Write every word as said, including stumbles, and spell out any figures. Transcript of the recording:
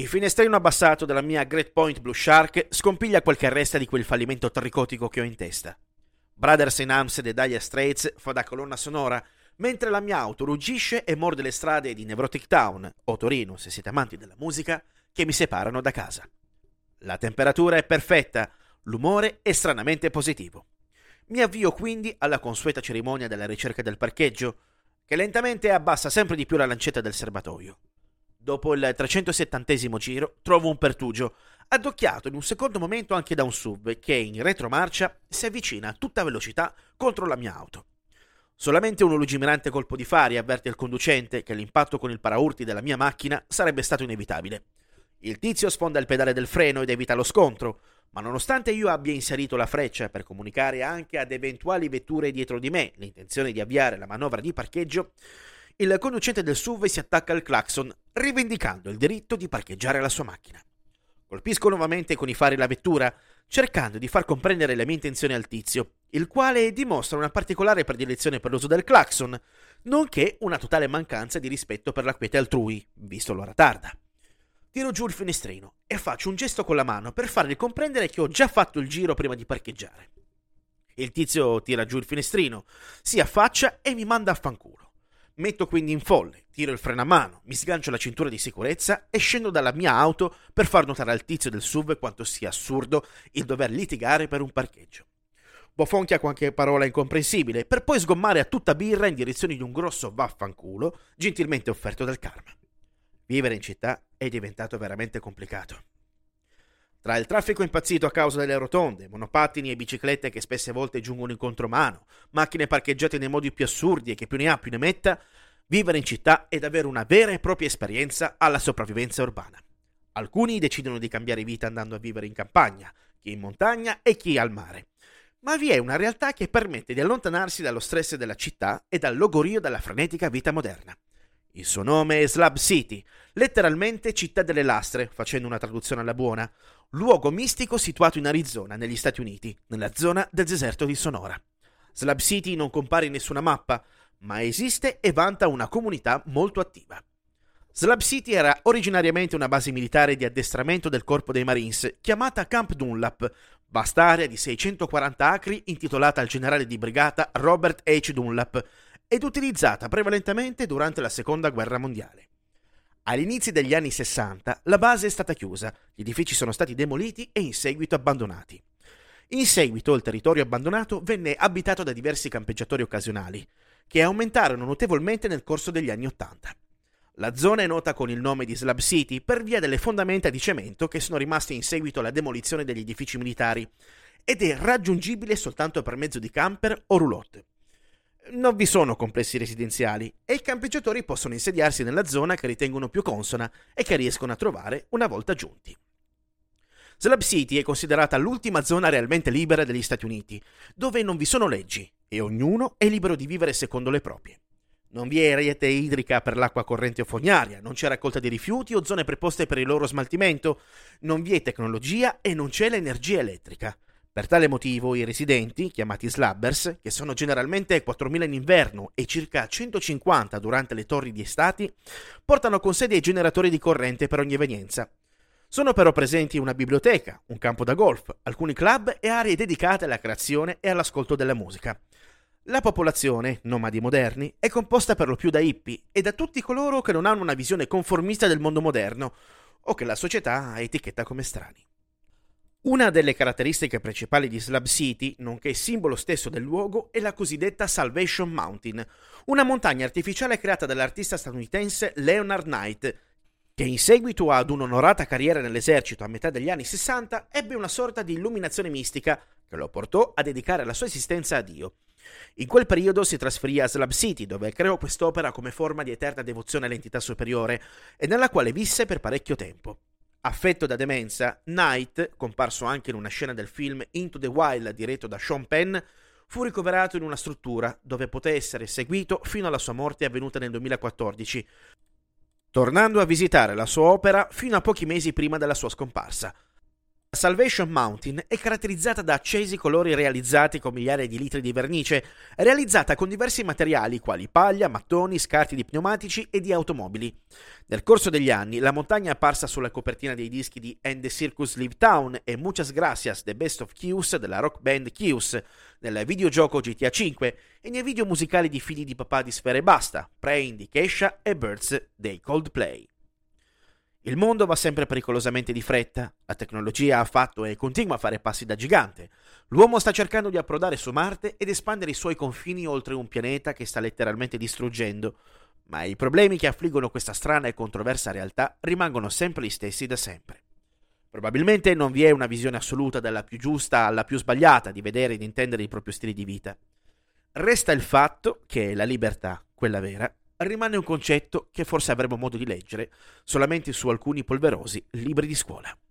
Il finestrino abbassato della mia Great Point Blue Shark scompiglia quel che resta di quel fallimento tricotico che ho in testa. Brothers in Arms dei Dire Straits fa da colonna sonora, mentre la mia auto ruggisce e morde le strade di Nevrotic Town, o Torino se siete amanti della musica, che mi separano da casa. La temperatura è perfetta, l'umore è stranamente positivo. Mi avvio quindi alla consueta cerimonia della ricerca del parcheggio, che lentamente abbassa sempre di più la lancetta del serbatoio. Dopo il trecentosettantesimo giro trovo un pertugio, addocchiato in un secondo momento anche da un S U V che in retromarcia si avvicina a tutta velocità contro la mia auto. Solamente un lungimirante colpo di fari avverte il conducente che l'impatto con il paraurti della mia macchina sarebbe stato inevitabile. Il tizio sfonda il pedale del freno ed evita lo scontro, ma nonostante io abbia inserito la freccia per comunicare anche ad eventuali vetture dietro di me l'intenzione di avviare la manovra di parcheggio, il conducente del S U V si attacca al clacson, rivendicando il diritto di parcheggiare la sua macchina. Colpisco nuovamente con i fari la vettura, cercando di far comprendere le mie intenzioni al tizio, il quale dimostra una particolare predilezione per l'uso del clacson, nonché una totale mancanza di rispetto per la quiete altrui, visto l'ora tarda. Tiro giù il finestrino e faccio un gesto con la mano per fargli comprendere che ho già fatto il giro prima di parcheggiare. Il tizio tira giù il finestrino, si affaccia e mi manda a fanculo. Metto quindi in folle, tiro il freno a mano, mi sgancio la cintura di sicurezza e scendo dalla mia auto per far notare al tizio del S U V quanto sia assurdo il dover litigare per un parcheggio. Bofonchia qualche parola incomprensibile per poi sgommare a tutta birra in direzione di un grosso vaffanculo gentilmente offerto dal karma. Vivere in città è diventato veramente complicato. Tra il traffico impazzito a causa delle rotonde, monopattini e biciclette che spesse volte giungono in contromano, macchine parcheggiate nei modi più assurdi e che più ne ha più ne metta, vivere in città è davvero una vera e propria esperienza alla sopravvivenza urbana. Alcuni decidono di cambiare vita andando a vivere in campagna, chi in montagna e chi al mare. Ma vi è una realtà che permette di allontanarsi dallo stress della città e dal logorio della frenetica vita moderna. Il suo nome è Slab City, letteralmente città delle lastre, facendo una traduzione alla buona, luogo mistico situato in Arizona, negli Stati Uniti, nella zona del deserto di Sonora. Slab City non compare in nessuna mappa, ma esiste e vanta una comunità molto attiva. Slab City era originariamente una base militare di addestramento del corpo dei Marines, chiamata Camp Dunlap, vasta area di seicentoquaranta acri intitolata al generale di brigata Robert H. Dunlap, ed utilizzata prevalentemente durante la Seconda Guerra Mondiale. All'inizio degli anni sessanta la base è stata chiusa, gli edifici sono stati demoliti e in seguito abbandonati. In seguito il territorio abbandonato venne abitato da diversi campeggiatori occasionali, che aumentarono notevolmente nel corso degli anni Ottanta. La zona è nota con il nome di Slab City per via delle fondamenta di cemento che sono rimaste in seguito alla demolizione degli edifici militari, ed è raggiungibile soltanto per mezzo di camper o roulotte. Non vi sono complessi residenziali e i campeggiatori possono insediarsi nella zona che ritengono più consona e che riescono a trovare una volta giunti. Slab City è considerata l'ultima zona realmente libera degli Stati Uniti, dove non vi sono leggi e ognuno è libero di vivere secondo le proprie. Non vi è rete idrica per l'acqua corrente o fognaria, non c'è raccolta di rifiuti o zone preposte per il loro smaltimento, non vi è tecnologia e non c'è l'energia elettrica. Per tale motivo i residenti, chiamati slabbers, che sono generalmente quattromila in inverno e circa centocinquanta durante le torri di estati, portano con sé dei generatori di corrente per ogni evenienza. Sono però presenti una biblioteca, un campo da golf, alcuni club e aree dedicate alla creazione e all'ascolto della musica. La popolazione, nomadi moderni, è composta per lo più da hippie e da tutti coloro che non hanno una visione conformista del mondo moderno o che la società etichetta come strani. Una delle caratteristiche principali di Slab City, nonché simbolo stesso del luogo, è la cosiddetta Salvation Mountain, una montagna artificiale creata dall'artista statunitense Leonard Knight, che in seguito ad un'onorata carriera nell'esercito a metà degli anni sessanta ebbe una sorta di illuminazione mistica che lo portò a dedicare la sua esistenza a Dio. In quel periodo si trasferì a Slab City, dove creò quest'opera come forma di eterna devozione all'entità superiore e nella quale visse per parecchio tempo. Affetto da demenza, Knight, comparso anche in una scena del film Into the Wild diretto da Sean Penn, fu ricoverato in una struttura dove poté essere seguito fino alla sua morte avvenuta nel duemilaquattordici, tornando a visitare la sua opera fino a pochi mesi prima della sua scomparsa. Salvation Mountain è caratterizzata da accesi colori realizzati con migliaia di litri di vernice, realizzata con diversi materiali quali paglia, mattoni, scarti di pneumatici e di automobili. Nel corso degli anni, la montagna è apparsa sulla copertina dei dischi di And the Circus Live Town e Muchas Gracias, The Best of Kius della rock band Kius, nel videogioco G T A cinque e nei video musicali di Figli di papà di Sfera e Basta, Praying di Kesha e Birds dei Coldplay. Il mondo va sempre pericolosamente di fretta, la tecnologia ha fatto e continua a fare passi da gigante. L'uomo sta cercando di approdare su Marte ed espandere i suoi confini oltre un pianeta che sta letteralmente distruggendo, ma i problemi che affliggono questa strana e controversa realtà rimangono sempre gli stessi da sempre. Probabilmente non vi è una visione assoluta dalla più giusta alla più sbagliata di vedere ed intendere il proprio stile di vita. Resta il fatto che la libertà, quella vera, rimane un concetto che forse avremo modo di leggere solamente su alcuni polverosi libri di scuola.